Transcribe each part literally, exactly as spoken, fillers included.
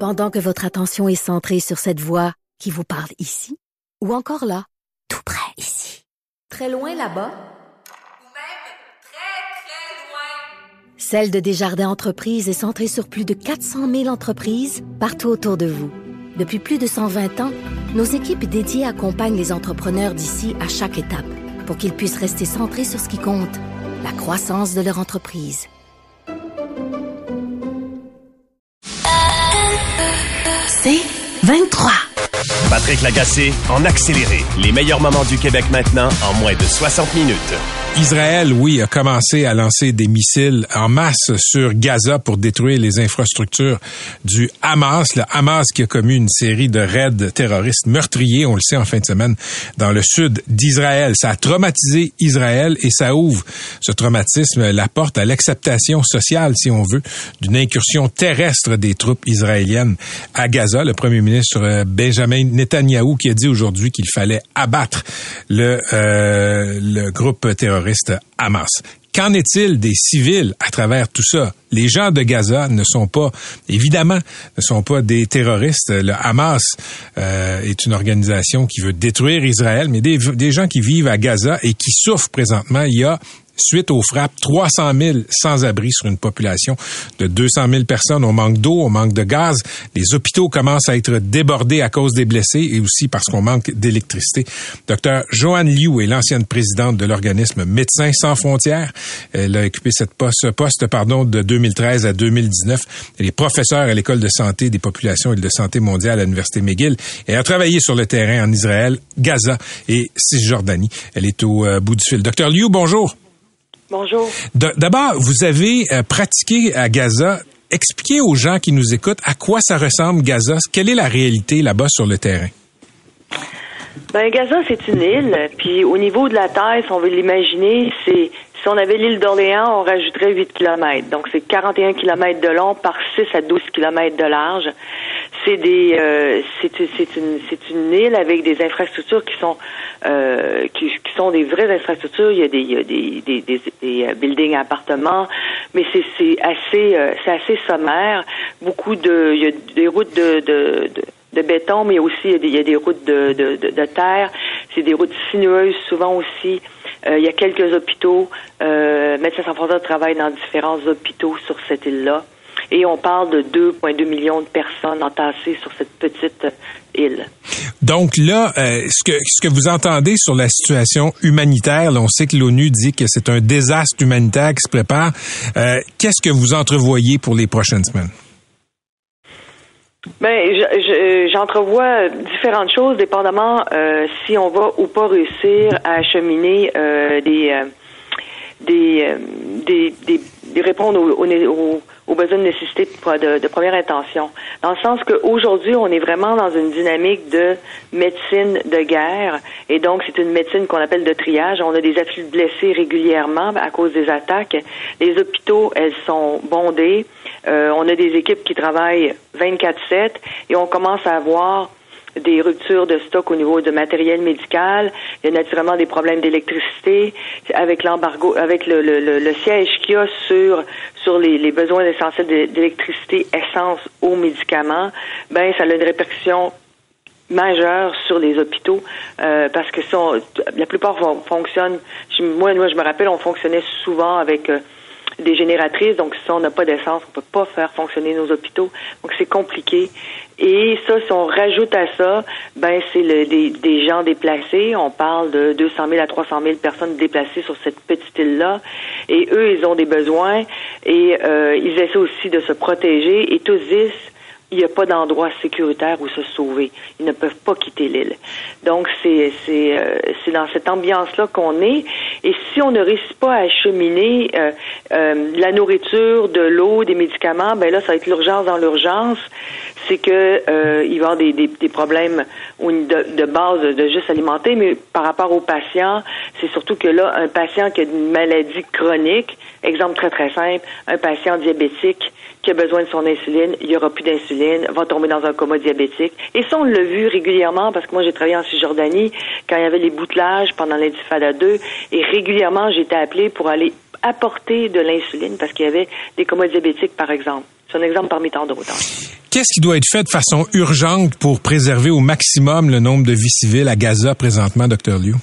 Pendant que votre attention est centrée sur cette voix qui vous parle ici, ou encore là, tout près ici, très loin là-bas, ou même très, très loin. Celle de Desjardins Entreprises est centrée sur plus de quatre cent mille entreprises partout autour de vous. Depuis plus de cent vingt ans, nos équipes dédiées accompagnent les entrepreneurs d'ici à chaque étape pour qu'ils puissent rester centrés sur ce qui compte, la croissance de leur entreprise. C'est vingt-trois. Patrick Lagacé en accéléré. Les meilleurs moments du Québec maintenant en moins de soixante minutes. Israël, oui, a commencé à lancer des missiles en masse sur Gaza pour détruire les infrastructures du Hamas. Le Hamas qui a commis une série de raids terroristes meurtriers, on le sait, en fin de semaine, dans le sud d'Israël. Ça a traumatisé Israël et ça ouvre, ce traumatisme, la porte à l'acceptation sociale, si on veut, d'une incursion terrestre des troupes israéliennes à Gaza. Le premier ministre Benjamin Netanyahou qui a dit aujourd'hui qu'il fallait abattre le, euh, le groupe terroriste Hamas. Qu'en est-il des civils à travers tout ça? Les gens de Gaza ne sont pas, évidemment, ne sont pas des terroristes. Le Hamas euh, est une organisation qui veut détruire Israël, mais des, des gens qui vivent à Gaza et qui souffrent présentement. Il y a, suite aux frappes, trois cent mille sans-abri sur une population de deux cent mille personnes. On manque d'eau, on manque de gaz. Les hôpitaux commencent à être débordés à cause des blessés et aussi parce qu'on manque d'électricité. Docteur Joanne Liu est l'ancienne présidente de l'organisme Médecins sans frontières. Elle a occupé cette poste, ce poste pardon, de deux mille treize à deux mille dix-neuf. Elle est professeure à l'École de santé des populations et de santé mondiale à l'Université McGill. Elle a travaillé sur le terrain en Israël, Gaza et Cisjordanie. Elle est au euh, bout du fil. Docteur Liu, bonjour. Bonjour. D'abord, vous avez euh, pratiqué à Gaza. Expliquez aux gens qui nous écoutent à quoi ça ressemble Gaza. Quelle est la réalité là-bas sur le terrain? Ben Gaza, c'est une île. Puis au niveau de la terre, si on veut l'imaginer, c'est si on avait l'île d'Orléans, on rajouterait huit kilomètres. Donc c'est quarante et un kilomètres de long par six à douze kilomètres de large. C'est des, euh, c'est, c'est une, c'est une île avec des infrastructures qui sont, euh, qui, qui sont des vraies infrastructures. Il y a des, il y a des, des, des, des buildings à appartements, mais c'est, c'est assez, euh, c'est assez sommaire. Beaucoup de, il y a des routes de, de, de de béton, mais aussi il y a des, il y a des routes de, de, de, de terre. C'est des routes sinueuses souvent aussi. Euh, il y a quelques hôpitaux. Euh, Médecins sans frontières travaillent dans différents hôpitaux sur cette île-là. Et on parle de deux virgule deux millions de personnes entassées sur cette petite île. Donc là, euh, ce que ce que vous entendez sur la situation humanitaire, là, on sait que l'ONU dit que c'est un désastre humanitaire qui se prépare. Euh, qu'est-ce que vous entrevoyez pour les prochaines semaines? Ben, je, je, j'entrevois différentes choses, dépendamment euh, si on va ou pas réussir à acheminer euh, des, euh, des, euh, des, des, des répondre aux, aux, aux besoins de nécessité de, de première intention. Dans le sens qu'aujourd'hui, on est vraiment dans une dynamique de médecine de guerre, et donc c'est une médecine qu'on appelle de triage. On a des afflux de blessés régulièrement à cause des attaques. Les hôpitaux, elles sont bondés. Euh, on a des équipes qui travaillent vingt-quatre sept et on commence à avoir des ruptures de stock au niveau de matériel médical. Il y a naturellement des problèmes d'électricité avec l'embargo, avec le, le, le, le siège qu'il y a sur sur les, les besoins essentiels d'électricité, essence aux médicaments. Ben, ça a une répercussion majeure sur les hôpitaux euh, parce que ça, on, la plupart fonctionnent. Moi, moi, je me rappelle, on fonctionnait souvent avec euh, des génératrices, donc si on n'a pas d'essence, on peut pas faire fonctionner nos hôpitaux, donc c'est compliqué. Et ça, si on rajoute à ça, ben c'est le, des, des gens déplacés. On parle de deux cent mille à trois cent mille personnes déplacées sur cette petite île-là, et eux, ils ont des besoins et euh, ils essaient aussi de se protéger. Et tous disent, il n'y a pas d'endroit sécuritaire où se sauver. Ils ne peuvent pas quitter l'île. Donc, c'est c'est euh, c'est dans cette ambiance-là qu'on est. Et si on ne réussit pas à acheminer euh, euh, la nourriture, de l'eau, des médicaments, ben là, ça va être l'urgence dans l'urgence. C'est que euh, il va y avoir des, des, des problèmes de, de base, de juste alimenter, mais par rapport aux patients, c'est surtout que là, un patient qui a une maladie chronique, exemple très très simple, un patient diabétique qui a besoin de son insuline, il n'y aura plus d'insuline, va tomber dans un coma diabétique. Et ça, on l'a vu régulièrement, parce que moi, j'ai travaillé en Cisjordanie quand il y avait les boutelages pendant l'intifada deux, et régulièrement, j'étais appelée pour aller apporter de l'insuline, parce qu'il y avait des comas diabétiques, par exemple, C'est un exemple parmi tant d'autres. Qu'est-ce qui doit être fait de façon urgente pour préserver au maximum le nombre de vies civiles à Gaza présentement, docteur Liu?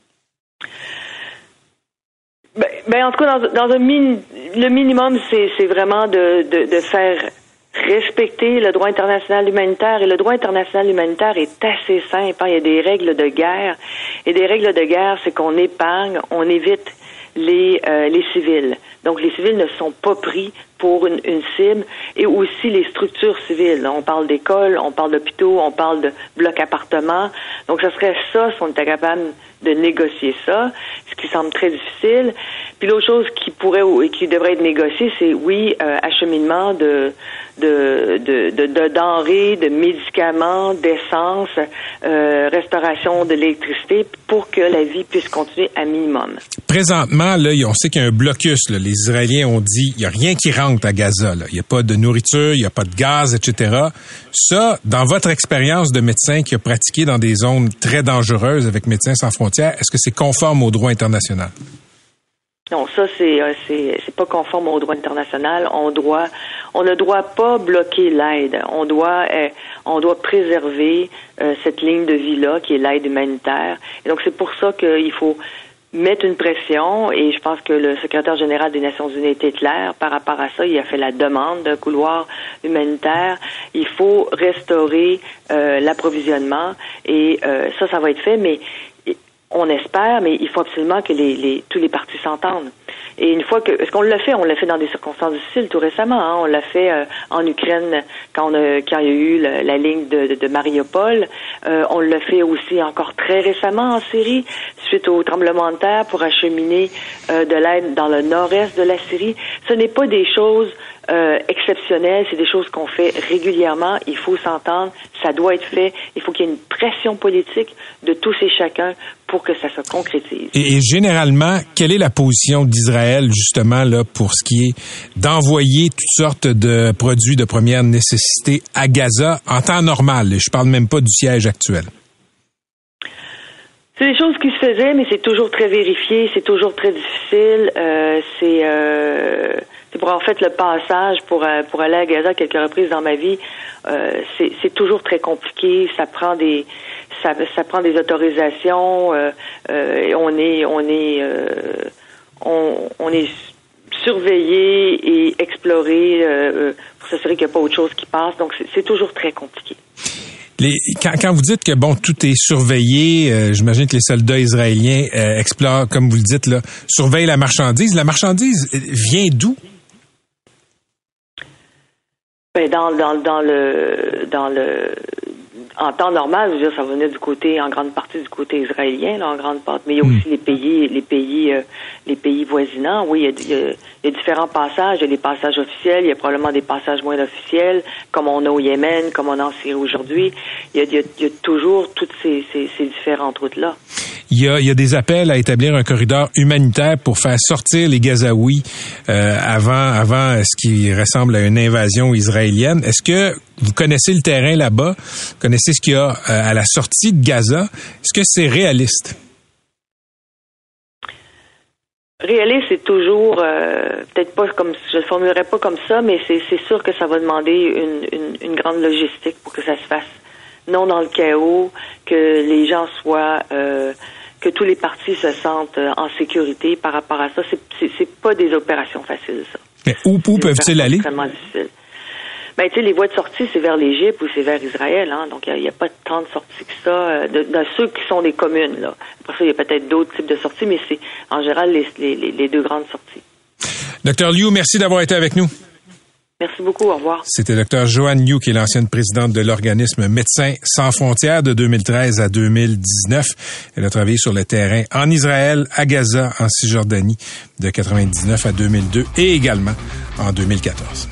Ben, ben en tout cas, dans, dans un min, le minimum, c'est, c'est vraiment de, de, de faire respecter le droit international humanitaire. Et le droit international humanitaire est assez simple. Hein. Il y a des règles de guerre. Et des règles de guerre, c'est qu'on épargne, on évite les euh, les civils. Donc, les civils ne sont pas pris pour une, une cible, et aussi les structures civiles. On parle d'écoles, on parle d'hôpitaux, on parle de blocs appartements. Donc, ça serait ça si on était capable de négocier ça, ce qui semble très difficile. Puis l'autre chose qui pourrait et qui devrait être négociée, c'est, oui, euh, acheminement de de, de, de, de denrées, de médicaments, d'essence, euh, restauration de l'électricité pour que la vie puisse continuer à minimum. Présentement, là, on sait qu'il y a un blocus. Là. Les Israéliens ont dit, il n'y a rien qui rentre à Gaza. Là. Il n'y a pas de nourriture, il n'y a pas de gaz, et cetera. Ça, dans votre expérience de médecin qui a pratiqué dans des zones très dangereuses avec Médecins sans frontières, est-ce que c'est conforme au droit international? Non, ça c'est euh, c'est c'est pas conforme au droit international. On doit on ne doit pas bloquer l'aide. On doit euh, on doit préserver euh, cette ligne de vie là qui est l'aide humanitaire. Et donc c'est pour ça qu'il faut mettre une pression, et je pense que le secrétaire général des Nations Unies était clair par rapport à ça. Il a fait la demande d'un couloir humanitaire. Il faut restaurer euh, l'approvisionnement, et euh, ça, ça va être fait, mais on espère, mais il faut absolument que les, les tous les partis s'entendent. Et une fois que, est-ce qu'on l'a fait? On l'a fait dans des circonstances difficiles tout récemment. Hein? On l'a fait euh, en Ukraine quand, on a, quand il y a eu la, la ligne de, de, de Mariupol. Euh, on l'a fait aussi encore très récemment en Syrie, suite au tremblement de terre, pour acheminer euh, de l'aide dans le nord-est de la Syrie. Ce n'est pas des choses euh, exceptionnelles, c'est des choses qu'on fait régulièrement. Il faut s'entendre, ça doit être fait. Il faut qu'il y ait une pression politique de tous et chacun pour que ça se concrétise. Et, et généralement, quelle est la position d'Israël, justement, là, pour ce qui est d'envoyer toutes sortes de produits de première nécessité à Gaza en temps normal? Je parle même pas du siège actuel. C'est des choses qui se faisaient, mais c'est toujours très vérifié, c'est toujours très difficile. Euh, c'est, euh, c'est pour en fait le passage pour euh, pour aller à Gaza à quelques reprises dans ma vie. Euh, c'est, c'est toujours très compliqué. Ça prend des ça, ça prend des autorisations. Euh, euh, et on est on est euh, on, on est surveillé et exploré euh, pour s'assurer qu'il n'y a pas autre chose qui passe. Donc c'est, c'est toujours très compliqué. Les, quand, quand vous dites que bon tout est surveillé, euh, j'imagine que les soldats israéliens euh, explorent, comme vous le dites là, surveillent la marchandise. La marchandise vient d'où? Ben dans dans dans le dans le en temps normal, je veux dire, ça venait du côté, en grande partie du côté israélien, là, en grande partie, mais il y a aussi mmh. les pays, les pays, euh, les pays voisinants. Oui, il y, a, il, y a, il y a différents passages. Il y a des passages officiels, il y a probablement des passages moins officiels, comme on a au Yémen, comme on a en Syrie aujourd'hui. Il y a, il y a, il y a toujours toutes ces, ces, ces différentes routes-là. Il y, a, il y a des appels à établir un corridor humanitaire pour faire sortir les Gazaouis euh, avant, avant ce qui ressemble à une invasion israélienne. Est-ce que vous connaissez le terrain là-bas? Vous connaissez ce qu'il y a euh, à la sortie de Gaza? Est-ce que c'est réaliste? Réaliste, c'est toujours, euh, peut-être pas comme, je le formulerai pas comme ça, mais c'est, c'est sûr que ça va demander une, une, une grande logistique pour que ça se fasse. Non dans le chaos, que les gens soient, euh, que tous les partis se sentent en sécurité par rapport à ça. C'est, c'est, c'est pas des opérations faciles, ça. Mais où, où peuvent-ils aller? C'est extrêmement difficile. Ben, tu sais, les voies de sortie, c'est vers l'Égypte ou c'est vers Israël, hein. Donc, il n'y a, a pas tant de sorties que ça, de, de ceux qui sont des communes, là. Après ça, il y a peut-être d'autres types de sorties, mais c'est, en général, les, les, les deux grandes sorties. Docteur Liu, merci d'avoir été avec nous. Merci beaucoup, au revoir. C'était Dr Joanne Liu, qui est l'ancienne présidente de l'organisme Médecins sans frontières de deux mille treize à deux mille dix-neuf. Elle a travaillé sur le terrain en Israël, à Gaza, en Cisjordanie, de quatre-vingt-dix-neuf à deux mille deux et également en deux mille quatorze.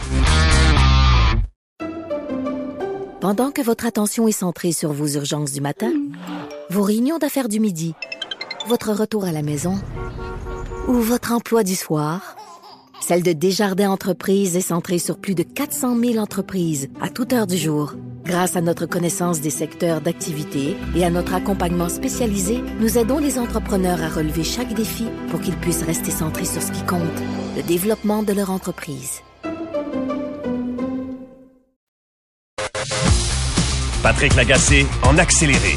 Pendant que votre attention est centrée sur vos urgences du matin, vos réunions d'affaires du midi, votre retour à la maison ou votre emploi du soir, celle de Desjardins Entreprises est centrée sur plus de quatre cent mille entreprises à toute heure du jour. Grâce à notre connaissance des secteurs d'activité et à notre accompagnement spécialisé, nous aidons les entrepreneurs à relever chaque défi pour qu'ils puissent rester centrés sur ce qui compte, le développement de leur entreprise. Patrick Lagacé en accéléré.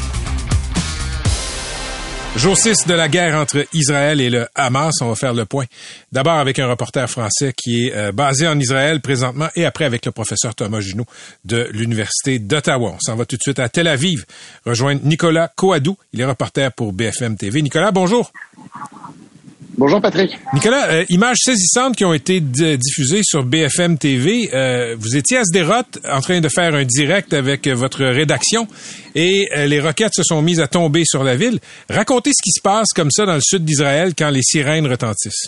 Jour six de la guerre entre Israël et le Hamas, on va faire le point. D'abord avec un reporter français qui est euh, basé en Israël présentement et après avec le professeur Thomas Junot de l'Université d'Ottawa. On s'en va tout de suite à Tel Aviv, rejoindre Nicolas Coadou. Il est reporter pour B F M T V. Nicolas, bonjour. Bonjour Patrick. Nicolas, euh, images saisissantes qui ont été d- diffusées sur B F M T V. Euh, vous étiez à Sderot en train de faire un direct avec euh, votre rédaction et euh, les roquettes se sont mises à tomber sur la ville. Racontez ce qui se passe comme ça dans le sud d'Israël quand les sirènes retentissent.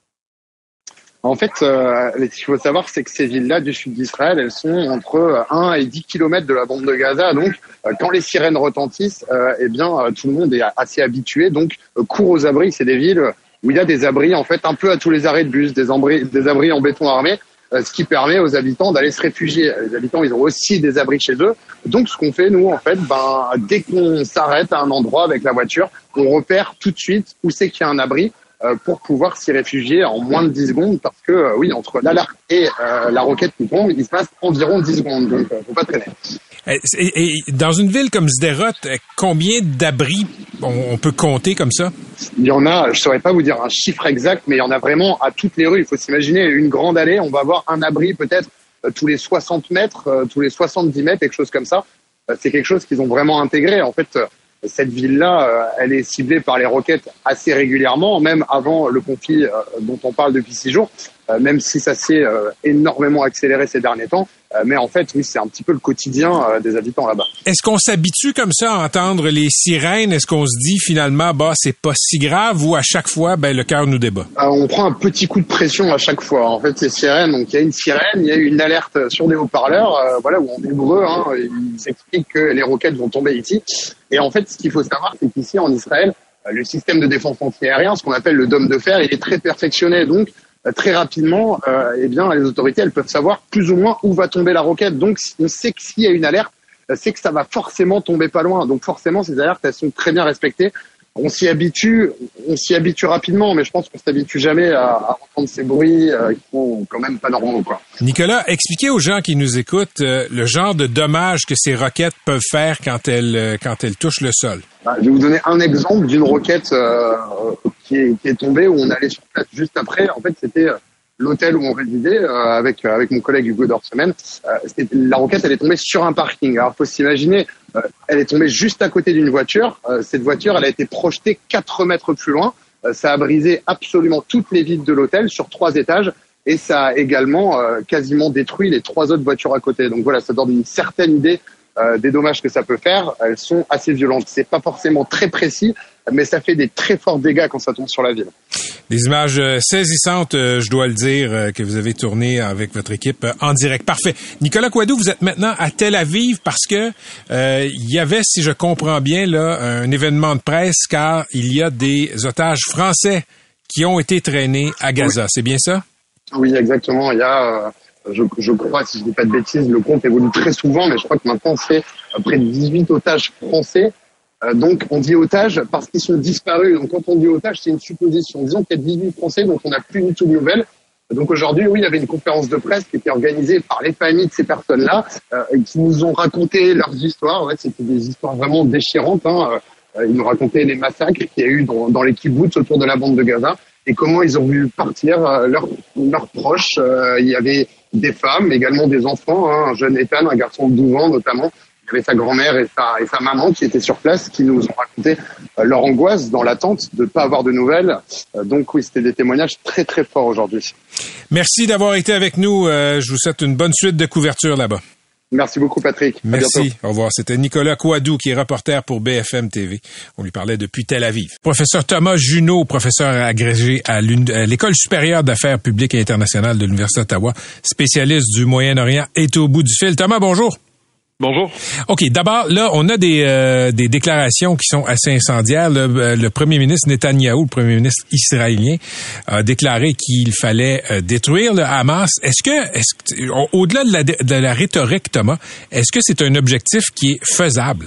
En fait, euh, ce qu'il faut savoir, c'est que ces villes-là du sud d'Israël, elles sont entre un et dix kilomètres de la bande de Gaza. Donc, euh, quand les sirènes retentissent, euh, eh bien, euh, tout le monde est assez habitué. Donc, euh, court aux abris. C'est des villes où il y a des abris, en fait, un peu à tous les arrêts de bus, des abris, des abris en béton armé, euh, ce qui permet aux habitants d'aller se réfugier. Les habitants, ils ont aussi des abris chez eux. Donc, ce qu'on fait, nous, en fait, ben, dès qu'on s'arrête à un endroit avec la voiture, on repère tout de suite où c'est qu'il y a un abri euh, pour pouvoir s'y réfugier en moins de dix secondes, parce que, euh, oui, entre l'alerte et euh, la roquette qui tombe, il se passe environ dix secondes, donc euh, faut pas traîner. Et, et, et dans une ville comme Sderot, combien d'abris on, on peut compter comme ça? Il y en a, je saurais pas vous dire un chiffre exact, mais il y en a vraiment à toutes les rues. Il faut s'imaginer une grande allée, on va avoir un abri peut-être euh, tous les soixante mètres, euh, tous les soixante-dix mètres, quelque chose comme ça. Euh, c'est quelque chose qu'ils ont vraiment intégré. En fait, euh, cette ville-là, euh, elle est ciblée par les roquettes assez régulièrement, même avant le conflit euh, dont on parle depuis six jours, euh, même si ça s'est euh, énormément accéléré ces derniers temps. Euh, mais en fait, oui, c'est un petit peu le quotidien euh, des habitants là-bas. Est-ce qu'on s'habitue comme ça à entendre les sirènes? Est-ce qu'on se dit finalement, bah, c'est pas si grave, ou à chaque fois, ben, le cœur nous débat? Euh, on prend un petit coup de pression à chaque fois. En fait, ces sirènes, donc il y a une sirène, il y a une alerte sur des haut-parleurs, euh, voilà, où en hébreu, hein, ils expliquent que les roquettes vont tomber ici. Et en fait, ce qu'il faut savoir, c'est qu'ici, en Israël, le système de défense antiaérien, ce qu'on appelle le dôme de fer, il est très perfectionné. Donc, très rapidement, euh, eh bien, les autorités, elles peuvent savoir plus ou moins où va tomber la roquette. Donc, on sait que s'il y a une alerte, c'est que ça va forcément tomber pas loin. Donc, forcément, ces alertes, elles sont très bien respectées. On s'y habitue, on s'y habitue rapidement, mais je pense qu'on s'habitue jamais à, à entendre ces bruits euh, qui sont quand même pas normaux, quoi. Nicolas, expliquez aux gens qui nous écoutent euh, le genre de dommages que ces roquettes peuvent faire quand elles euh, quand elles touchent le sol. Bah, je vais vous donner un exemple d'une roquette euh, qui, est, qui est tombée où on allait sur place juste après. En fait, c'était euh, l'hôtel où on résidait euh, avec avec mon collègue Hugo Dorsemen. Euh, la roquette, elle est tombée sur un parking. Alors, faut s'imaginer, euh, elle est tombée juste à côté d'une voiture. Euh, cette voiture, elle a été projetée quatre mètres plus loin. Euh, ça a brisé absolument toutes les vitres de l'hôtel sur trois étages. Et ça a également euh, quasiment détruit les trois autres voitures à côté. Donc voilà, ça donne une certaine idée euh, des dommages que ça peut faire. Elles sont assez violentes. C'est pas forcément très précis, mais ça fait des très forts dégâts quand ça tombe sur la ville. Des images saisissantes, je dois le dire, que vous avez tournées avec votre équipe en direct. Parfait. Nicolas Coadou, vous êtes maintenant à Tel Aviv parce que euh, il y avait, si je comprends bien, là, un événement de presse car il y a des otages français qui ont été traînés à Gaza. Oui. C'est bien ça? Oui, exactement. Il y a, euh, je, je crois, si je dis pas de bêtises, le compte évolue très souvent, mais je crois que maintenant c'est près de dix-huit otages français. Donc, on dit otages parce qu'ils sont disparus. Donc, quand on dit otages, c'est une supposition. Disons qu'il y a dix-huit Français dont on n'a plus du tout de nouvelles. Donc, aujourd'hui, oui, il y avait une conférence de presse qui était organisée par les familles de ces personnes-là, euh, et qui nous ont raconté leurs histoires. Ouais, c'était des histoires vraiment déchirantes. Hein. Euh, ils nous racontaient les massacres qu'il y a eu dans, dans les kibboutz autour de la bande de Gaza et comment ils ont vu partir euh, leurs, leurs proches. Euh, il y avait des femmes, également des enfants, hein, un jeune Ethan, un garçon de douze ans notamment. Il y avait sa grand-mère et sa, et sa maman qui étaient sur place, qui nous ont raconté euh, leur angoisse dans l'attente de ne pas avoir de nouvelles. Euh, donc oui, c'était des témoignages très très forts aujourd'hui. Merci d'avoir été avec nous. Euh, je vous souhaite une bonne suite de couverture là-bas. Merci beaucoup, Patrick. Merci. Au revoir. C'était Nicolas Coadou, qui est reporter pour B F M T V. On lui parlait depuis Tel Aviv. Professeur Thomas Junot, professeur agrégé à l'École supérieure d'affaires publiques et internationales de l'Université d'Ottawa, spécialiste du Moyen-Orient, est au bout du fil. Thomas, bonjour. Bonjour. OK, d'abord, là, on a des euh, des déclarations qui sont assez incendiaires. Le, le premier ministre Netanyahou, le premier ministre israélien, a déclaré qu'il fallait euh, détruire le Hamas. Est-ce que, est-ce que au-delà de la, de la rhétorique, Thomas, est-ce que c'est un objectif qui est faisable?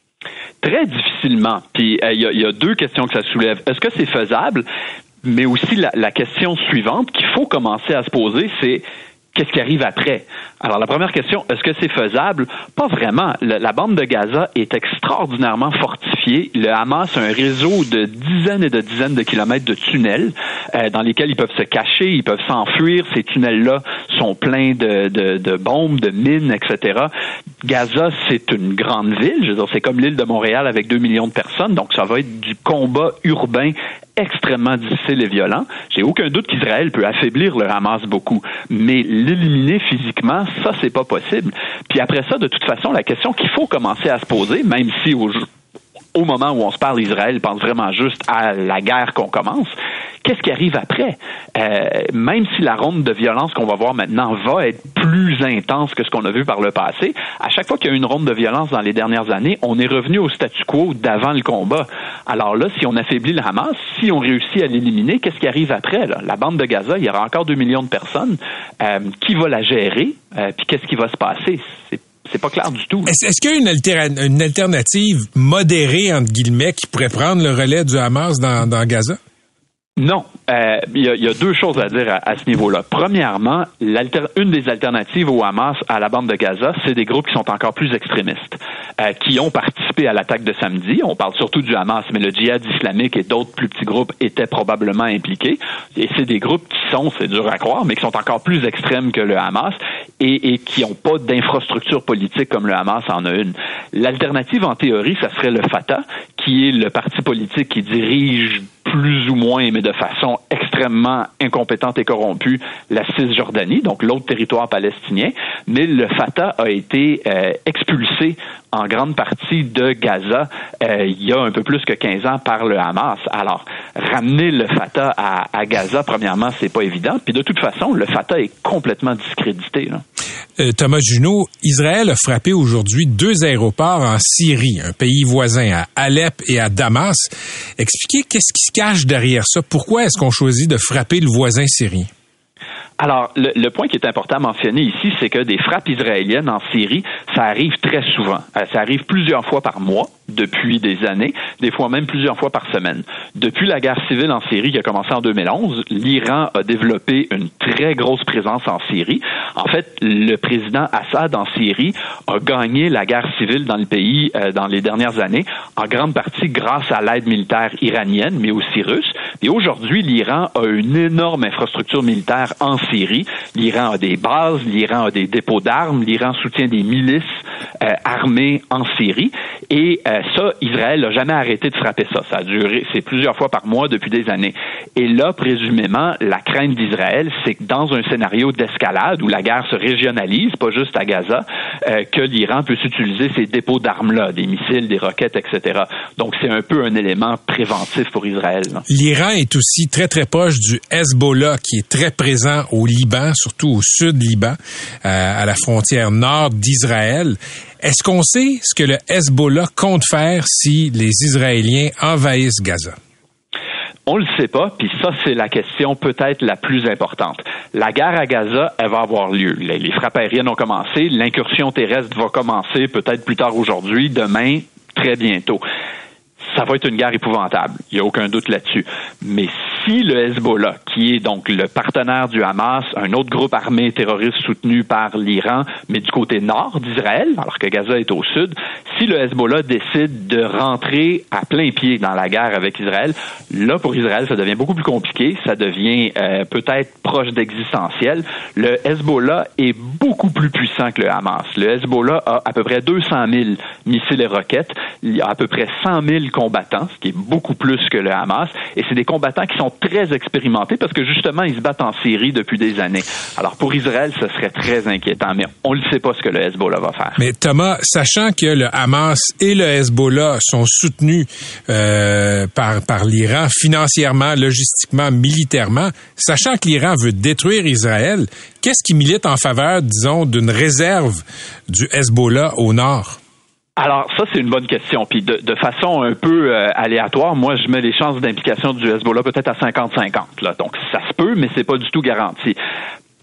Très difficilement. Puis il euh, y, y a deux questions que ça soulève. Est-ce que c'est faisable? Mais aussi la, la question suivante qu'il faut commencer à se poser, c'est qu'est-ce qui arrive après? Alors, la première question, est-ce que c'est faisable? Pas vraiment. Le, la bande de Gaza est extraordinairement fortifiée. Le Hamas a un réseau de dizaines et de dizaines de kilomètres de tunnels euh, dans lesquels ils peuvent se cacher, ils peuvent s'enfuir. Ces tunnels-là sont pleins de, de, de bombes, de mines, et cetera. Gaza, c'est une grande ville. Je veux dire, c'est comme l'île de Montréal avec deux millions de personnes. Donc, ça va être du combat urbain extrêmement difficile et violent. J'ai aucun doute qu'Israël peut affaiblir le Hamas beaucoup, mais l'éliminer physiquement, ça, c'est pas possible. Puis après ça, de toute façon, la question qu'il faut commencer à se poser, même si au, au moment où on se parle, Israël pense vraiment juste à la guerre qu'on commence, qu'est-ce qui arrive après? Euh, même si la ronde de violence qu'on va voir maintenant va être plus intense que ce qu'on a vu par le passé, à chaque fois qu'il y a eu une ronde de violence dans les dernières années, on est revenu au statu quo d'avant le combat. Alors là, si on affaiblit le Hamas, si on réussit à l'éliminer, qu'est-ce qui arrive après? Là? La bande de Gaza, il y aura encore deux millions de personnes. Euh, qui va la gérer? Euh, puis qu'est-ce qui va se passer? C'est C'est pas clair du tout. Est-ce, est-ce qu'il y a une, altéra- une alternative modérée, entre guillemets, qui pourrait prendre le relais du Hamas dans, dans Gaza? Non. Euh, il y, y a deux choses à dire à, à ce niveau-là. Premièrement, l'alter- une des alternatives au Hamas à la bande de Gaza, c'est des groupes qui sont encore plus extrémistes, euh, qui ont participé à l'attaque de samedi. On parle surtout du Hamas, mais le djihad islamique et d'autres plus petits groupes étaient probablement impliqués. Et c'est des groupes qui sont, c'est dur à croire, mais qui sont encore plus extrêmes que le Hamas et, et qui n'ont pas d'infrastructure politique comme le Hamas en a une. L'alternative, en théorie, ça serait le Fatah, qui est le parti politique qui dirige plus ou moins, mais de façon extrêmement incompétente et corrompue, la Cisjordanie, donc l'autre territoire palestinien. Mais le Fatah a été euh, expulsé en grande partie de Gaza euh, il y a un peu plus que quinze ans par le Hamas. Alors, ramener le Fatah à, à Gaza, premièrement, c'est pas évident. Puis de toute façon, le Fatah est complètement discrédité, là. Euh, Thomas Junot, Israël a frappé aujourd'hui deux aéroports en Syrie, un pays voisin, à Alep et à Damas. Expliquez qu'est-ce qui se cache derrière ça. Pourquoi est-ce qu'on choisit de frapper le voisin syrien? Alors, le, le point qui est important à mentionner ici, c'est que des frappes israéliennes en Syrie, ça arrive très souvent. Euh, ça arrive plusieurs fois par mois, depuis des années, des fois même plusieurs fois par semaine. Depuis la guerre civile en Syrie qui a commencé en deux mille onze, l'Iran a développé une très grosse présence en Syrie. En fait, le président Assad en Syrie a gagné la guerre civile dans le pays euh, dans les dernières années, en grande partie grâce à l'aide militaire iranienne, mais aussi russe. Et aujourd'hui, l'Iran a une énorme infrastructure militaire en Syrie. L'Iran a des bases, l'Iran a des dépôts d'armes, l'Iran soutient des milices euh, armées en Syrie. Et euh, ça, Israël n'a jamais arrêté de frapper ça. Ça a duré, c'est plusieurs fois par mois depuis des années. Et là, présumément, la crainte d'Israël, c'est que dans un scénario d'escalade où la guerre se régionalise, pas juste à Gaza, euh, que l'Iran puisse utiliser ces dépôts d'armes-là, des missiles, des roquettes, et cetera. Donc, c'est un peu un élément préventif pour Israël, là. L'Iran est aussi très, très proche du Hezbollah, qui est très présent au Liban, surtout au sud Liban, euh, à la frontière nord d'Israël. Est-ce qu'on sait ce que le Hezbollah compte faire si les Israéliens envahissent Gaza? On le sait pas, puis ça, c'est la question peut-être la plus importante. La guerre à Gaza, elle va avoir lieu. Les, les frappes aériennes ont commencé, l'incursion terrestre va commencer peut-être plus tard aujourd'hui, demain, très bientôt. Ça va être une guerre épouvantable, il n'y a aucun doute là-dessus. Mais si le Hezbollah, qui est donc le partenaire du Hamas, un autre groupe armé terroriste soutenu par l'Iran, mais du côté nord d'Israël, alors que Gaza est au sud, si le Hezbollah décide de rentrer à plein pied dans la guerre avec Israël, là, pour Israël, ça devient beaucoup plus compliqué, ça devient euh, peut-être proche d'existentiel. Le Hezbollah est beaucoup plus puissant que le Hamas. Le Hezbollah a à peu près deux cent mille missiles et roquettes, il y a à peu près cent mille combattants, ce qui est beaucoup plus que le Hamas, et c'est des combattants qui sont très expérimentés parce que justement, ils se battent en Syrie depuis des années. Alors pour Israël, ce serait très inquiétant, mais on ne sait pas ce que le Hezbollah va faire. Mais Thomas, sachant que le Hamas et le Hezbollah sont soutenus euh, par, par l'Iran financièrement, logistiquement, militairement, sachant que l'Iran veut détruire Israël, qu'est-ce qui milite en faveur, disons, d'une réserve du Hezbollah au nord? Alors, ça, c'est une bonne question. Puis de, de façon un peu euh, aléatoire, moi, je mets les chances d'implication du Hezbollah peut-être à cinquante cinquante. Là. Donc, ça se peut, mais c'est pas du tout garanti.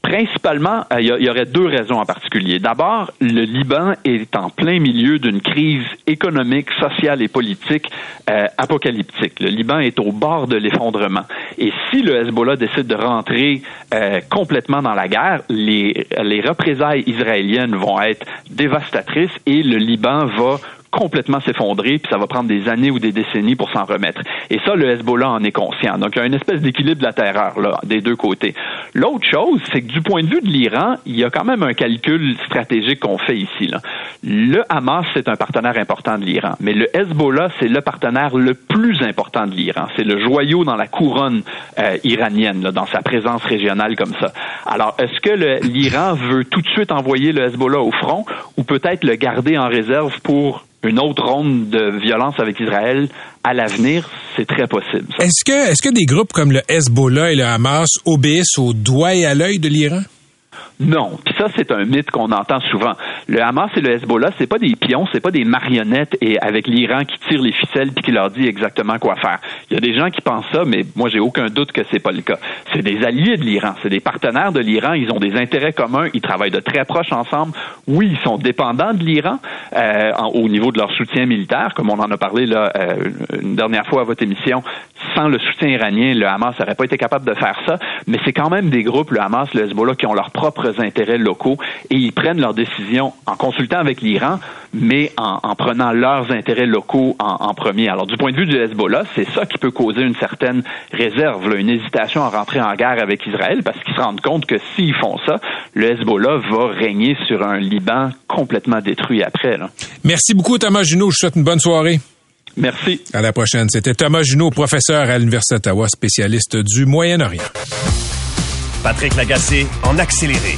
Principalement, il euh, y, y aurait deux raisons en particulier. D'abord, le Liban est en plein milieu d'une crise économique, sociale et politique euh, apocalyptique. Le Liban est au bord de l'effondrement. Et si le Hezbollah décide de rentrer euh, complètement dans la guerre, les, les représailles israéliennes vont être dévastatrices et le Liban va complètement s'effondrer, puis ça va prendre des années ou des décennies pour s'en remettre. Et ça, le Hezbollah en est conscient. Donc, il y a une espèce d'équilibre de la terreur, là, des deux côtés. L'autre chose, c'est que du point de vue de l'Iran, il y a quand même un calcul stratégique qu'on fait ici, là. Le Hamas, c'est un partenaire important de l'Iran, mais le Hezbollah, c'est le partenaire le plus important de l'Iran. C'est le joyau dans la couronne euh, iranienne, là, dans sa présence régionale comme ça. Alors, est-ce que le, l'Iran veut tout de suite envoyer le Hezbollah au front ou peut-être le garder en réserve pour une autre ronde de violence avec Israël à l'avenir? C'est très possible. Ça. Est-ce que, est-ce que des groupes comme le Hezbollah et le Hamas obéissent au doigt et à l'œil de l'Iran? Non. Puis ça, c'est un mythe qu'on entend souvent. Le Hamas et le Hezbollah, c'est pas des pions, c'est pas des marionnettes et avec l'Iran qui tire les ficelles puis qui leur dit exactement quoi faire. Il y a des gens qui pensent ça, mais moi, j'ai aucun doute que c'est pas le cas. C'est des alliés de l'Iran, c'est des partenaires de l'Iran, ils ont des intérêts communs, ils travaillent de très proche ensemble. Oui, ils sont dépendants de l'Iran euh, en, au niveau de leur soutien militaire, comme on en a parlé là euh, une dernière fois à votre émission. Sans le soutien iranien, le Hamas n'aurait pas été capable de faire ça, mais c'est quand même des groupes, le Hamas, le Hezbollah, qui ont leurs propres intérêts locaux et ils prennent leurs décisions en consultant avec l'Iran, mais en, en prenant leurs intérêts locaux en, en premier. Alors, du point de vue du Hezbollah, c'est ça qui peut causer une certaine réserve, là, une hésitation à rentrer en guerre avec Israël, parce qu'ils se rendent compte que s'ils font ça, le Hezbollah va régner sur un Liban complètement détruit après, là. Merci beaucoup, Thomas Junot. Je vous souhaite une bonne soirée. Merci. À la prochaine. C'était Thomas Junot, professeur à l'Université d'Ottawa, spécialiste du Moyen-Orient. Patrick Lagacé en accéléré.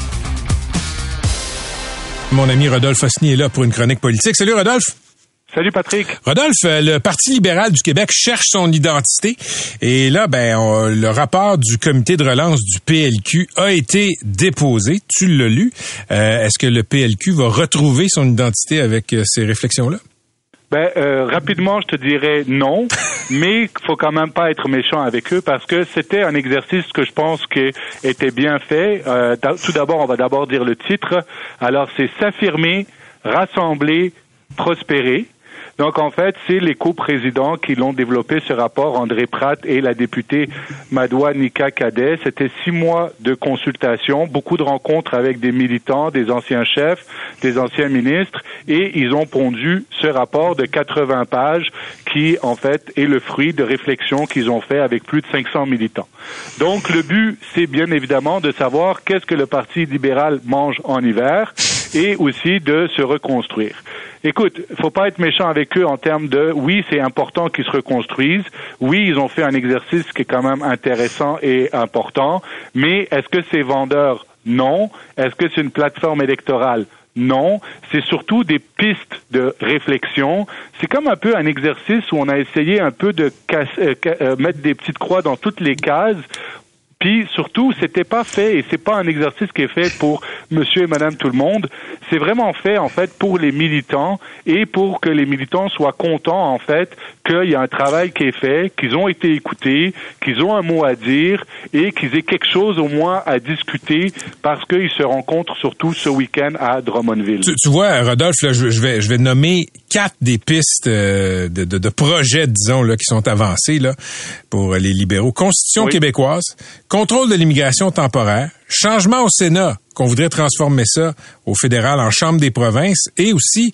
Mon ami Rodolphe Osny est là pour une chronique politique. Salut Rodolphe. Salut Patrick. Rodolphe, le Parti libéral du Québec cherche son identité et là, ben, on, le rapport du comité de relance du P L Q a été déposé. Tu l'as lu. Euh, est-ce que le P L Q va retrouver son identité avec euh, ces réflexions-là? Ben, euh, rapidement, je te dirais non, mais il faut quand même pas être méchant avec eux parce que c'était un exercice que je pense qui était bien fait. Euh, tout d'abord, on va d'abord dire le titre. Alors, c'est s'affirmer, rassembler, prospérer. Donc, en fait, c'est les coprésidents qui l'ont développé, ce rapport, André Pratt et la députée Madoua Nika Kadé. C'était six mois de consultation, beaucoup de rencontres avec des militants, des anciens chefs, des anciens ministres, et ils ont pondu ce rapport de quatre-vingts pages qui, en fait, est le fruit de réflexions qu'ils ont fait avec plus de cinq cents militants. Donc, le but, c'est bien évidemment de savoir qu'est-ce que le Parti libéral mange en hiver et aussi de se reconstruire. Écoute, faut pas être méchant avec eux en termes de, oui, c'est important qu'ils se reconstruisent. Oui, ils ont fait un exercice qui est quand même intéressant et important. Mais est-ce que c'est vendeur? Non. Est-ce que c'est une plateforme électorale? Non. C'est surtout des pistes de réflexion. C'est comme un peu un exercice où on a essayé un peu de casse, euh, euh, mettre des petites croix dans toutes les cases. Puis surtout, c'était pas fait et c'est pas un exercice qui est fait pour monsieur et madame tout le monde. C'est vraiment fait en fait pour les militants et pour que les militants soient contents en fait qu'il y a un travail qui est fait, qu'ils ont été écoutés, qu'ils ont un mot à dire et qu'ils aient quelque chose au moins à discuter parce qu'ils se rencontrent surtout ce week-end à Drummondville. Tu, tu vois, Rodolphe, là, je, je vais je vais nommer quatre des pistes euh, de, de, de projets, disons, là, qui sont avancés là pour les libéraux. Constitution oui. québécoise, contrôle de l'immigration temporaire, changement au Sénat, qu'on voudrait transformer ça au fédéral en Chambre des provinces, et aussi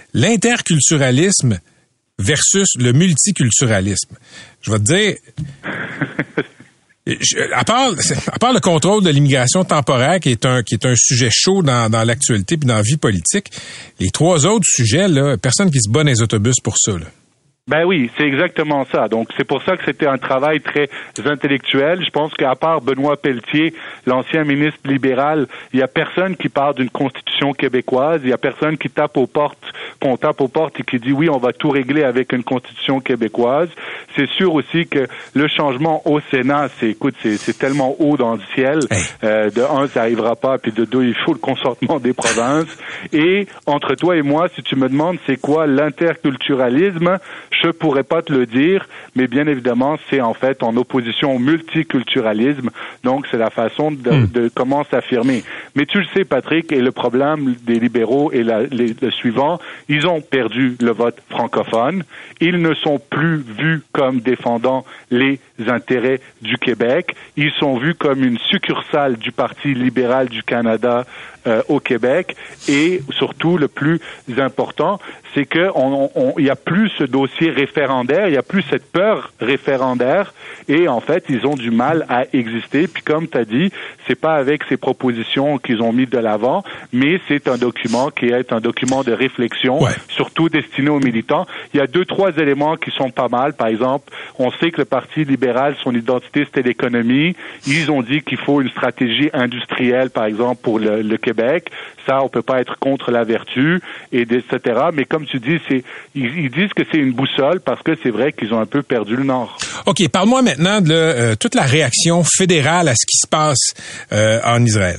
l'interculturalisme versus le multiculturalisme. Je vais te dire, je, à part, à part le contrôle de l'immigration temporaire, qui est un qui est un sujet chaud dans, dans l'actualité puis dans la vie politique, les trois autres sujets, là, personne qui se bat dans les autobus pour ça, là. Ben oui, c'est exactement ça. Donc, c'est pour ça que c'était un travail très intellectuel. Je pense qu'à part Benoît Pelletier, l'ancien ministre libéral, il y a personne qui parle d'une constitution québécoise. Il y a personne qui tape aux portes qu'on tape aux portes et qui dit oui, on va tout régler avec une constitution québécoise. C'est sûr aussi que le changement au Sénat, c'est, écoute, c'est, c'est tellement haut dans le ciel. Hey. Euh, de un, ça arrivera pas, puis de deux, il faut le consentement des provinces. Et entre toi et moi, si tu me demandes c'est quoi l'interculturalisme, je pourrais pas te le dire, mais bien évidemment, c'est en fait en opposition au multiculturalisme. Donc, c'est la façon de, mmh. de comment s'affirmer. Mais tu le sais, Patrick, et le problème des libéraux est la, les, le suivant, ils ont perdu le vote francophone. Ils ne sont plus vus comme défendant les intérêts du Québec. Ils sont vus comme une succursale du Parti libéral du Canada euh, au Québec. Et surtout, le plus important, c'est que on, on, il y a plus ce dossier référendaire, il y a plus cette peur référendaire, et en fait, ils ont du mal à exister. Puis comme tu as dit, c'est pas avec ces propositions qu'ils ont mis de l'avant, mais c'est un document qui est un document de réflexion, ouais. surtout destiné aux militants. Il y a deux, trois éléments qui sont pas mal. Par exemple, on sait que le Parti libéral, son identité, c'était l'économie. Ils ont dit qu'il faut une stratégie industrielle, par exemple, pour le, le Québec. Ça, on peut pas être contre la vertu, et et cetera. Mais comme tu dis, c'est ils, ils disent que c'est une boussole parce que c'est vrai qu'ils ont un peu perdu le nord. OK, parle-moi maintenant de euh, toute la réaction fédérale à ce qui se passe euh, en Israël.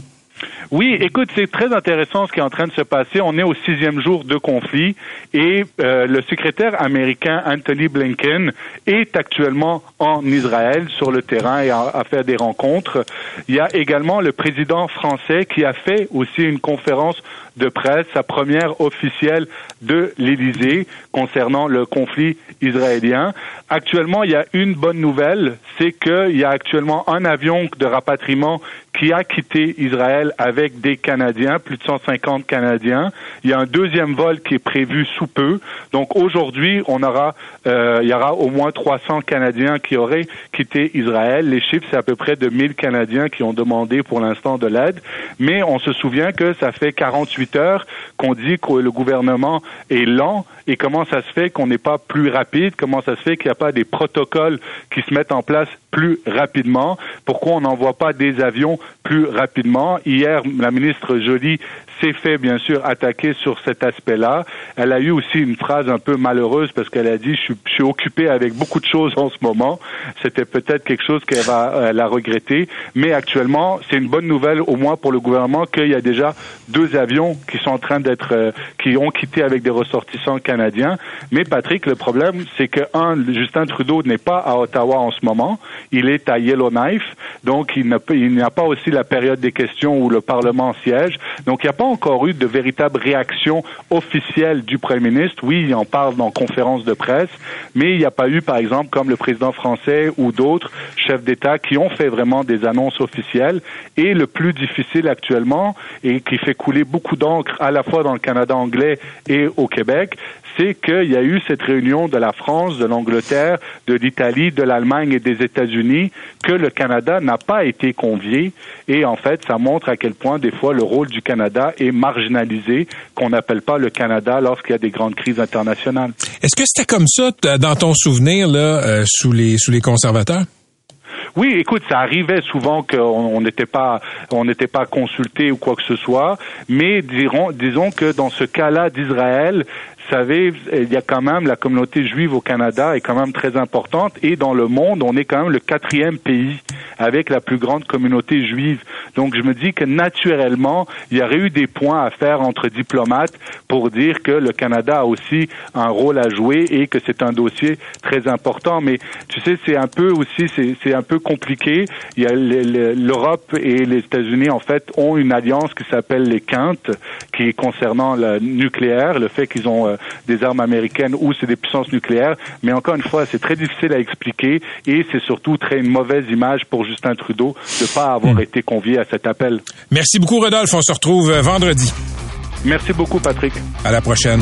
Oui, écoute, c'est très intéressant ce qui est en train de se passer. On est au sixième jour de conflit et euh, le secrétaire américain Anthony Blinken est actuellement en Israël sur le terrain et a, a fait des rencontres. Il y a également le président français qui a fait aussi une conférence de presse, sa première officielle de l'Élysée concernant le conflit israélien. Actuellement, il y a une bonne nouvelle, c'est qu'il y a actuellement un avion de rapatriement qui a quitté Israël avec des Canadiens, plus de cent cinquante Canadiens. Il y a un deuxième vol qui est prévu sous peu. Donc aujourd'hui, on aura, euh, il y aura au moins trois cents Canadiens qui auraient quitté Israël. Les chiffres, c'est à peu près de mille Canadiens qui ont demandé pour l'instant de l'aide. Mais on se souvient que ça fait quarante-huit heures qu'on dit que le gouvernement est lent. Et comment ça se fait qu'on n'est pas plus rapide? Comment ça se fait qu'il n'y a pas des protocoles qui se mettent en place plus rapidement? Pourquoi on n'envoie pas des avions plus rapidement? Hier, la ministre Joly s'est fait, bien sûr, attaquer sur cet aspect-là. Elle a eu aussi une phrase un peu malheureuse parce qu'elle a dit « Je suis, je suis occupée avec beaucoup de choses en ce moment ». C'était peut-être quelque chose qu'elle va elle a regretté. Mais actuellement, c'est une bonne nouvelle, au moins pour le gouvernement, qu'il y a déjà deux avions qui sont en train d'être, euh, qui ont quitté avec des ressortissants canadiens. Mais Patrick, le problème, c'est que, un, Justin Trudeau n'est pas à Ottawa en ce moment. Il est à Yellowknife. Donc, il n'a, il n'y a pas aussi la période des questions où le Parlement siège. Donc, il n'y a pas encore eu de véritable réaction officielle du Premier ministre. Oui, il en parle dans conférence de presse, mais il n'y a pas eu, par exemple, comme le président français ou d'autres chefs d'État qui ont fait vraiment des annonces officielles. Et le plus difficile actuellement, et qui fait couler beaucoup d'encre à la fois dans le Canada anglais et au Québec, c'est qu'il y a eu cette réunion de la France, de l'Angleterre, de l'Italie, de l'Allemagne et des États-Unis, que le Canada n'a pas été convié. Et en fait, ça montre à quel point, des fois, le rôle du Canada est marginalisé, qu'on n'appelle pas le Canada lorsqu'il y a des grandes crises internationales. Est-ce que c'était comme ça, dans ton souvenir, là, euh, sous les, sous les conservateurs? Oui, écoute, ça arrivait souvent qu'on n'était pas, on n'était pas consulté ou quoi que ce soit, mais dirons, disons que dans ce cas-là d'Israël, vous savez, il y a quand même la communauté juive au Canada est quand même très importante et dans le monde, on est quand même le quatrième pays avec la plus grande communauté juive. Donc, je me dis que naturellement, il y aurait eu des points à faire entre diplomates pour dire que le Canada a aussi un rôle à jouer et que c'est un dossier très important. Mais tu sais, c'est un peu aussi, c'est, c'est un peu compliqué. Il y a les, les, l'Europe et les États-Unis en fait ont une alliance qui s'appelle les Quintes, qui est concernant le nucléaire, le fait qu'ils ont euh, des armes américaines ou c'est des puissances nucléaires. Mais encore une fois, c'est très difficile à expliquer et c'est surtout très une mauvaise image pour Justin Trudeau de ne pas avoir mmh. été convié à cet appel. Merci beaucoup, Rodolphe. On se retrouve vendredi. Merci beaucoup, Patrick. À la prochaine.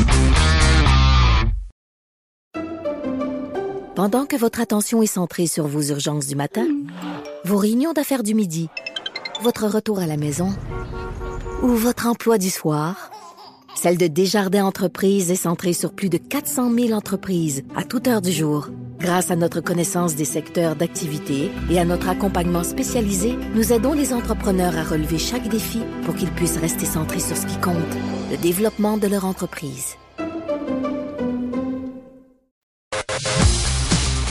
Pendant que votre attention est centrée sur vos urgences du matin, vos réunions d'affaires du midi, votre retour à la maison ou votre emploi du soir, celle de Desjardins Entreprises est centrée sur plus de quatre cent mille entreprises à toute heure du jour. Grâce à notre connaissance des secteurs d'activité et à notre accompagnement spécialisé, nous aidons les entrepreneurs à relever chaque défi pour qu'ils puissent rester centrés sur ce qui compte, le développement de leur entreprise.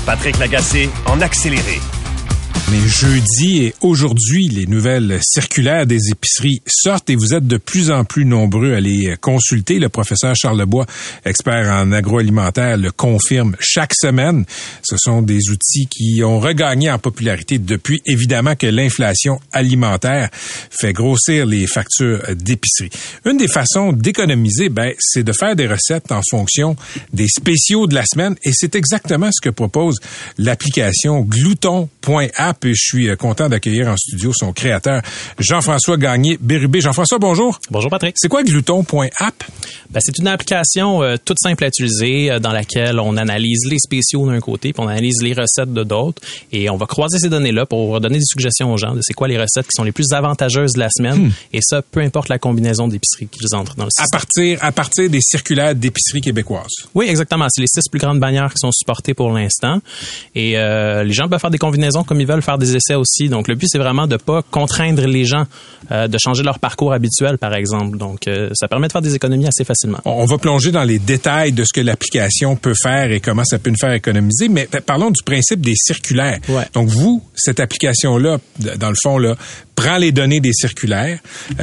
Patrick Lagacé en accéléré. On est jeudi et aujourd'hui, les nouvelles circulaires des épiceries sortent et vous êtes de plus en plus nombreux à les consulter. Le professeur Charles Lebois, expert en agroalimentaire, le confirme chaque semaine. Ce sont des outils qui ont regagné en popularité depuis évidemment que l'inflation alimentaire fait grossir les factures d'épicerie. Une des façons d'économiser, ben, c'est de faire des recettes en fonction des spéciaux de la semaine et c'est exactement ce que propose l'application Glouton point app. Et je suis content d'accueillir en studio son créateur, Jean-François Gagné-Bérubé. Jean-François, bonjour. Bonjour, Patrick. C'est quoi Glouton point app? Ben, c'est une application euh, toute simple à utiliser euh, dans laquelle on analyse les spéciaux d'un côté, puis on analyse les recettes de d'autres, et on va croiser ces données-là pour donner des suggestions aux gens de c'est quoi les recettes qui sont les plus avantageuses de la semaine, hmm. et ça, peu importe la combinaison d'épiceries qu'ils entrent dans le système. À partir, à partir des circulaires d'épicerie québécoises? Oui, exactement. C'est les six plus grandes bannières qui sont supportées pour l'instant, et euh, les gens peuvent faire des combinaisons comme ils veulent, faire des essais aussi. Donc, le but, c'est vraiment de pas contraindre les gens euh, de changer leur parcours habituel, par exemple. Donc, euh, ça permet de faire des économies assez facilement. On va plonger dans les détails de ce que l'application peut faire et comment ça peut nous faire économiser, mais parlons du principe des circulaires. Ouais. Donc, vous, cette application-là, dans le fond, là, prend les données des circulaires.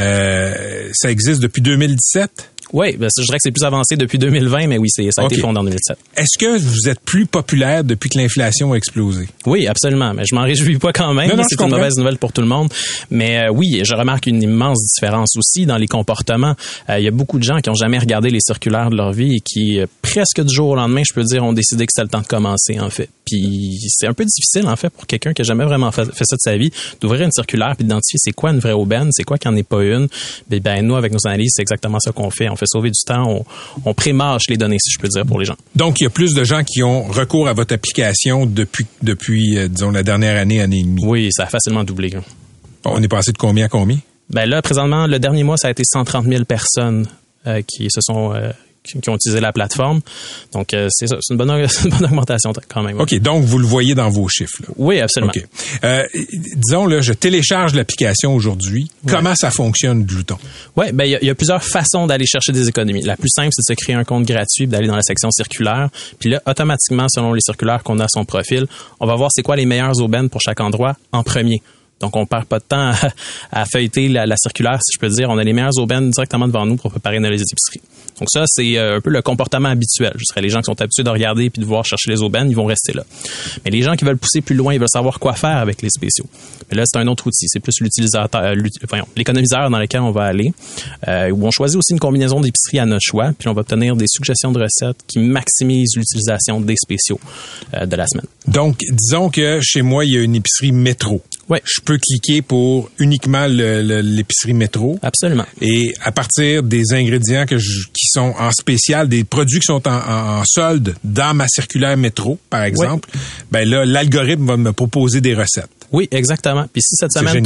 Euh, ça existe depuis deux mille dix-sept? Oui, ben, je dirais que c'est plus avancé depuis deux mille vingt, mais oui, c'est, ça a okay. été fondé en deux mille sept. Est-ce que vous êtes plus populaire depuis que l'inflation a explosé? Oui, absolument. Mais je m'en réjouis pas quand même. Non, non, c'est une comprends. mauvaise nouvelle pour tout le monde. Mais euh, oui, je remarque une immense différence aussi dans les comportements. Euh, il y a beaucoup de gens qui ont jamais regardé les circulaires de leur vie et qui, euh, presque du jour au lendemain, je peux dire, ont décidé que c'était le temps de commencer, en fait. Puis c'est un peu difficile, en fait, pour quelqu'un qui a jamais vraiment fait, fait ça de sa vie, d'ouvrir une circulaire puis d'identifier c'est quoi une vraie aubaine, c'est quoi qui en est pas une. Ben, ben nous, avec nos analyses, c'est exactement ça qu'on fait. On fait sauver du temps, on, on pré-mâche les données, si je peux dire, pour les gens. Donc, il y a plus de gens qui ont recours à votre application depuis, depuis euh, disons, la dernière année, année et demie. Oui, ça a facilement doublé. Hein. On est passé de combien à combien? Ben là, présentement, le dernier mois, ça a été cent trente mille personnes euh, qui se sont... Euh, qui ont utilisé la plateforme. Donc, euh, c'est ça. C'est une bonne, c'est une bonne augmentation quand même. OK. Donc, vous le voyez dans vos chiffres. Là. Oui, absolument. OK. Euh, disons, là, je télécharge l'application aujourd'hui. Ouais. Comment ça fonctionne, Glouton? Oui, ben il y, y a plusieurs façons d'aller chercher des économies. La plus simple, c'est de se créer un compte gratuit, d'aller dans la section circulaire. Puis là, automatiquement, selon les circulaires qu'on a à son profil, on va voir c'est quoi les meilleures aubaines pour chaque endroit en premier. Donc, on perd pas de temps à, à feuilleter la, la circulaire, si je peux dire. On a les meilleures aubaines directement devant nous pour préparer nos épiceries. Donc ça, c'est un peu le comportement habituel. Je dirais les gens qui sont habitués de regarder puis de voir chercher les aubaines, ils vont rester là. Mais les gens qui veulent pousser plus loin, ils veulent savoir quoi faire avec les spéciaux. Mais là, c'est un autre outil. C'est plus l'utilisateur, voyons, l'économiseur dans lequel on va aller, euh, où on choisit aussi une combinaison d'épiceries à notre choix, puis on va obtenir des suggestions de recettes qui maximisent l'utilisation des spéciaux euh, de la semaine. Donc, disons que chez moi, il y a une épicerie métro. Ouais. Je peux cliquer pour uniquement le, le, l'épicerie métro. Absolument. Et à partir des ingrédients que je, qui sont en spécial, des produits qui sont en, en, en solde dans ma circulaire métro, par exemple, ouais. ben là, l'algorithme va me proposer des recettes. Oui, exactement. Puis si cette semaine,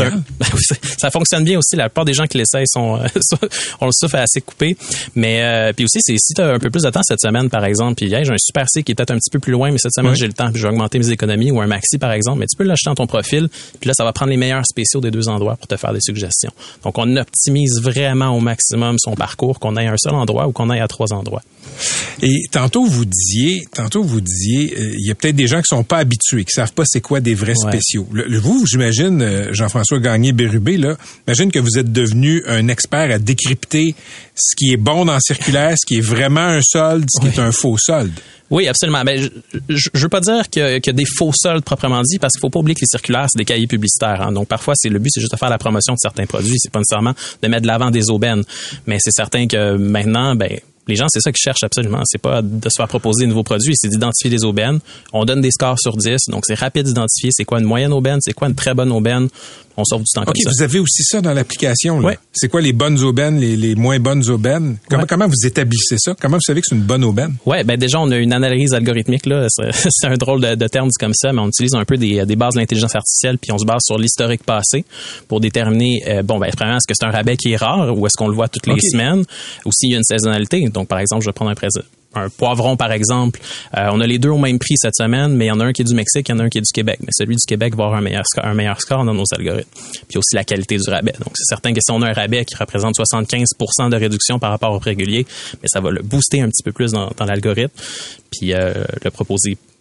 ça fonctionne bien aussi. La plupart des gens qui l'essayent sont, euh, on le souffle assez coupé. Mais euh, puis aussi, c'est si tu as un peu plus de temps cette semaine, par exemple, puis hey, j'ai un Super C qui est peut-être un petit peu plus loin, mais cette semaine oui. j'ai le temps, puis je vais augmenter mes économies, ou un Maxi par exemple, mais tu peux l'acheter dans ton profil. Puis là, ça va prendre les meilleurs spéciaux des deux endroits pour te faire des suggestions. Donc, on optimise vraiment au maximum son parcours, qu'on aille à un seul endroit ou qu'on aille à trois endroits. Et tantôt vous disiez, tantôt vous disiez, il euh, y a peut-être des gens qui sont pas habitués, qui savent pas c'est quoi des vrais ouais. spéciaux. Le, le, vous, j'imagine, euh, Jean-François Gagné-Bérubé, là, j'imagine que vous êtes devenu un expert à décrypter ce qui est bon dans le circulaire, ce qui est vraiment un solde, ce qui oui. est un faux solde. Oui, absolument. Ben, je, je, je veux pas dire que, que des faux soldes proprement dit, parce qu'il faut pas oublier que les circulaires, c'est des cahiers publicitaires. Hein. Donc, parfois, c'est le but, c'est juste de faire la promotion de certains produits. C'est pas nécessairement de mettre de l'avant des aubaines. Mais c'est certain que maintenant, ben, les gens, c'est ça qu'ils cherchent absolument. C'est pas de se faire proposer de nouveaux produits, c'est d'identifier des aubaines. On donne des scores sur dix, donc c'est rapide d'identifier c'est quoi une moyenne aubaine, c'est quoi une très bonne aubaine. On sauve du temps okay, comme ça. OK, vous avez aussi ça dans l'application. Là. Ouais. C'est quoi les bonnes aubaines, les, les moins bonnes aubaines? Comment, ouais. comment vous établissez ça? Comment vous savez que c'est une bonne aubaine? Oui, ben déjà, on a une analyse algorithmique. Là. C'est, c'est un drôle de, de terme dit comme ça, mais on utilise un peu des, des bases de l'intelligence artificielle, puis on se base sur l'historique passé pour déterminer, euh, bon, ben premièrement, est-ce que c'est un rabais qui est rare ou est-ce qu'on le voit toutes les okay. semaines? Ou s'il y a une saisonnalité. Donc, par exemple, je vais prendre un présent. Un poivron, par exemple, euh, on a les deux au même prix cette semaine, mais il y en a un qui est du Mexique, il y en a un qui est du Québec. Mais celui du Québec va avoir un meilleur score, un meilleur score dans nos algorithmes. Puis aussi la qualité du rabais. Donc, c'est certain que si on a un rabais qui représente soixante-quinze pour cent de réduction par rapport au régulier, mais ça va le booster un petit peu plus dans, dans l'algorithme, puis euh, le proposer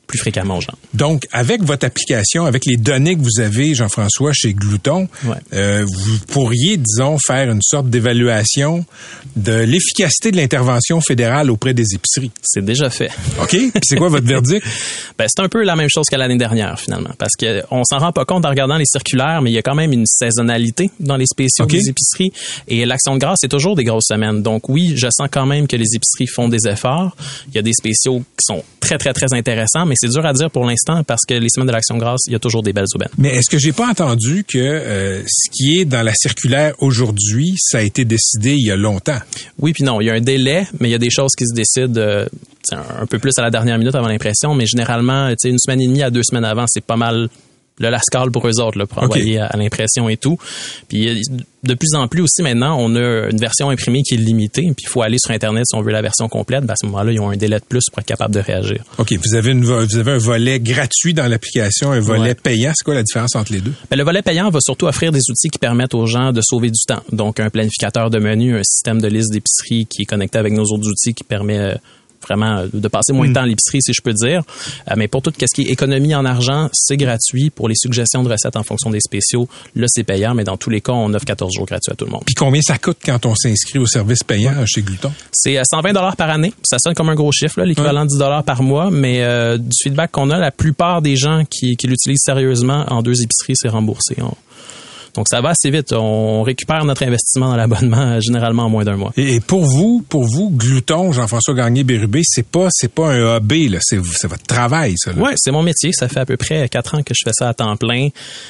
plus fréquemment aux gens. Donc, avec votre application, avec les données que vous avez, Jean-François, chez Glouton, ouais. euh, vous pourriez, disons, faire une sorte d'évaluation de l'efficacité de l'intervention fédérale auprès des épiceries. C'est déjà fait. OK. Puis c'est quoi votre verdict? Ben, c'est un peu la même chose que l'année dernière, finalement. Parce que on s'en rend pas compte en regardant les circulaires, mais il y a quand même une saisonnalité dans les spéciaux okay. des épiceries. Et l'Action de grâce, c'est toujours des grosses semaines. Donc oui, je sens quand même que les épiceries font des efforts. Il y a des spéciaux qui sont très, très, très intéressants, mais c'est dur à dire pour l'instant parce que les semaines de l'Action de grâce, il y a toujours des belles aubaines. Mais est-ce que j'ai pas entendu que euh, ce qui est dans la circulaire aujourd'hui, ça a été décidé il y a longtemps? Oui, puis non, il y a un délai, mais il y a des choses qui se décident euh, un peu plus à la dernière minute avant l'impression, mais généralement, tu sais, une semaine et demie à deux semaines avant, c'est pas mal le lascal pour eux autres, là, pour okay. envoyer à, à l'impression et tout. Puis de plus en plus aussi maintenant, on a une version imprimée qui est limitée, puis il faut aller sur Internet si on veut la version complète. Ben à ce moment-là, ils ont un délai de plus pour être capable de réagir. OK. Vous avez, une, vous avez un volet gratuit dans l'application, un volet ouais. payant. C'est quoi la différence entre les deux? Ben, le volet payant va surtout offrir des outils qui permettent aux gens de sauver du temps. Donc, un planificateur de menu, un système de liste d'épicerie qui est connecté avec nos autres outils qui permet... Euh, vraiment de passer moins de temps à l'épicerie, si je peux dire. Euh, mais pour tout ce qui est économie en argent, c'est gratuit. Pour les suggestions de recettes en fonction des spéciaux, là, c'est payant, mais dans tous les cas, on offre quatorze jours gratuits à tout le monde. Puis combien ça coûte quand on s'inscrit au service payant ouais. chez Glouton? C'est cent vingt dollars par année. Ça sonne comme un gros chiffre, là, l'équivalent ouais. de dix dollars par mois, mais euh, du feedback qu'on a, la plupart des gens qui, qui l'utilisent sérieusement en deux épiceries, c'est remboursé. On... Donc, ça va assez vite. On récupère notre investissement dans l'abonnement généralement en moins d'un mois. Et pour vous, pour vous, Glouton, Jean-François Gagné-Bérubé, c'est pas, c'est pas un hobby, là. C'est, c'est votre travail, ça, là. Ouais, c'est mon métier. Ça fait à peu près quatre ans que je fais ça à temps plein.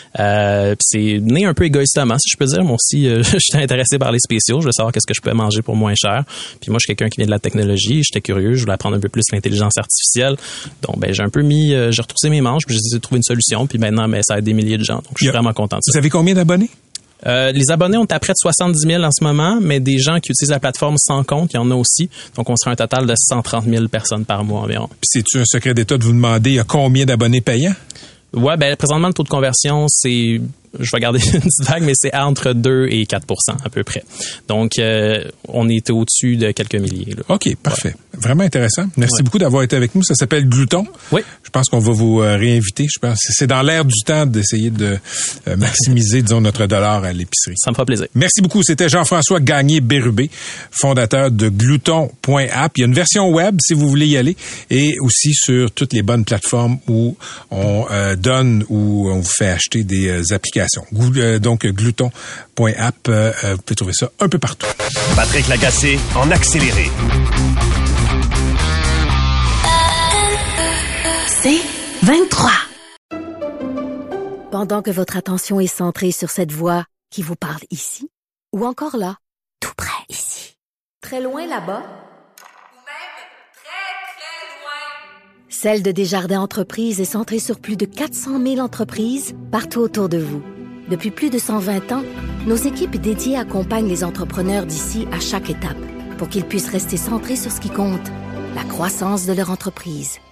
Euh, puis c'est né un peu égoïstement, si je peux dire. Moi aussi, euh, j'étais intéressé par les spéciaux. Je voulais savoir qu'est-ce que je pouvais manger pour moins cher. Puis moi, je suis quelqu'un qui vient de la technologie. J'étais curieux. Je voulais apprendre un peu plus l'intelligence artificielle. Donc, ben, j'ai un peu mis, euh, j'ai retroussé mes manches. Puis j'ai essayé de trouver une solution. Puis maintenant, ben, ça aide des milliers de gens. Donc, je suis a, vraiment content de ça. Vous avez combien d'abonnés? Euh, les abonnés ont à près de soixante-dix mille en ce moment, mais des gens qui utilisent la plateforme sans compte, il y en a aussi. Donc, on sera un total de cent trente mille personnes par mois environ. Puis, c'est-tu un secret d'État de vous demander il y a combien d'abonnés payants? Ouais, ben présentement, le taux de conversion, c'est... Je vais garder une petite vague, mais c'est entre deux et quatre pour cent à peu près. Donc, euh, on est au-dessus de quelques milliers. Là. OK, parfait. Ouais. Vraiment intéressant. Merci ouais. beaucoup d'avoir été avec nous. Ça s'appelle Glouton. Oui. Je pense qu'on va vous euh, réinviter. Je pense que c'est dans l'air du temps d'essayer de euh, maximiser, disons, notre dollar à l'épicerie. Ça me fera plaisir. Merci beaucoup. C'était Jean-François Gagné-Bérubé, fondateur de Glouton point app. Il y a une version web si vous voulez y aller et aussi sur toutes les bonnes plateformes où on euh, donne ou on vous fait acheter des euh, applications. Donc, Glouton point app, euh, vous pouvez trouver ça un peu partout. Patrick Lagacé en accéléré. C'est vingt-trois. Pendant que votre attention est centrée sur cette voix qui vous parle ici, ou encore là, tout près ici, très loin là-bas, Celle de Desjardins Entreprises est centrée sur plus de quatre cent mille entreprises partout autour de vous. Depuis plus de cent vingt ans, nos équipes dédiées accompagnent les entrepreneurs d'ici à chaque étape pour qu'ils puissent rester centrés sur ce qui compte, la croissance de leur entreprise.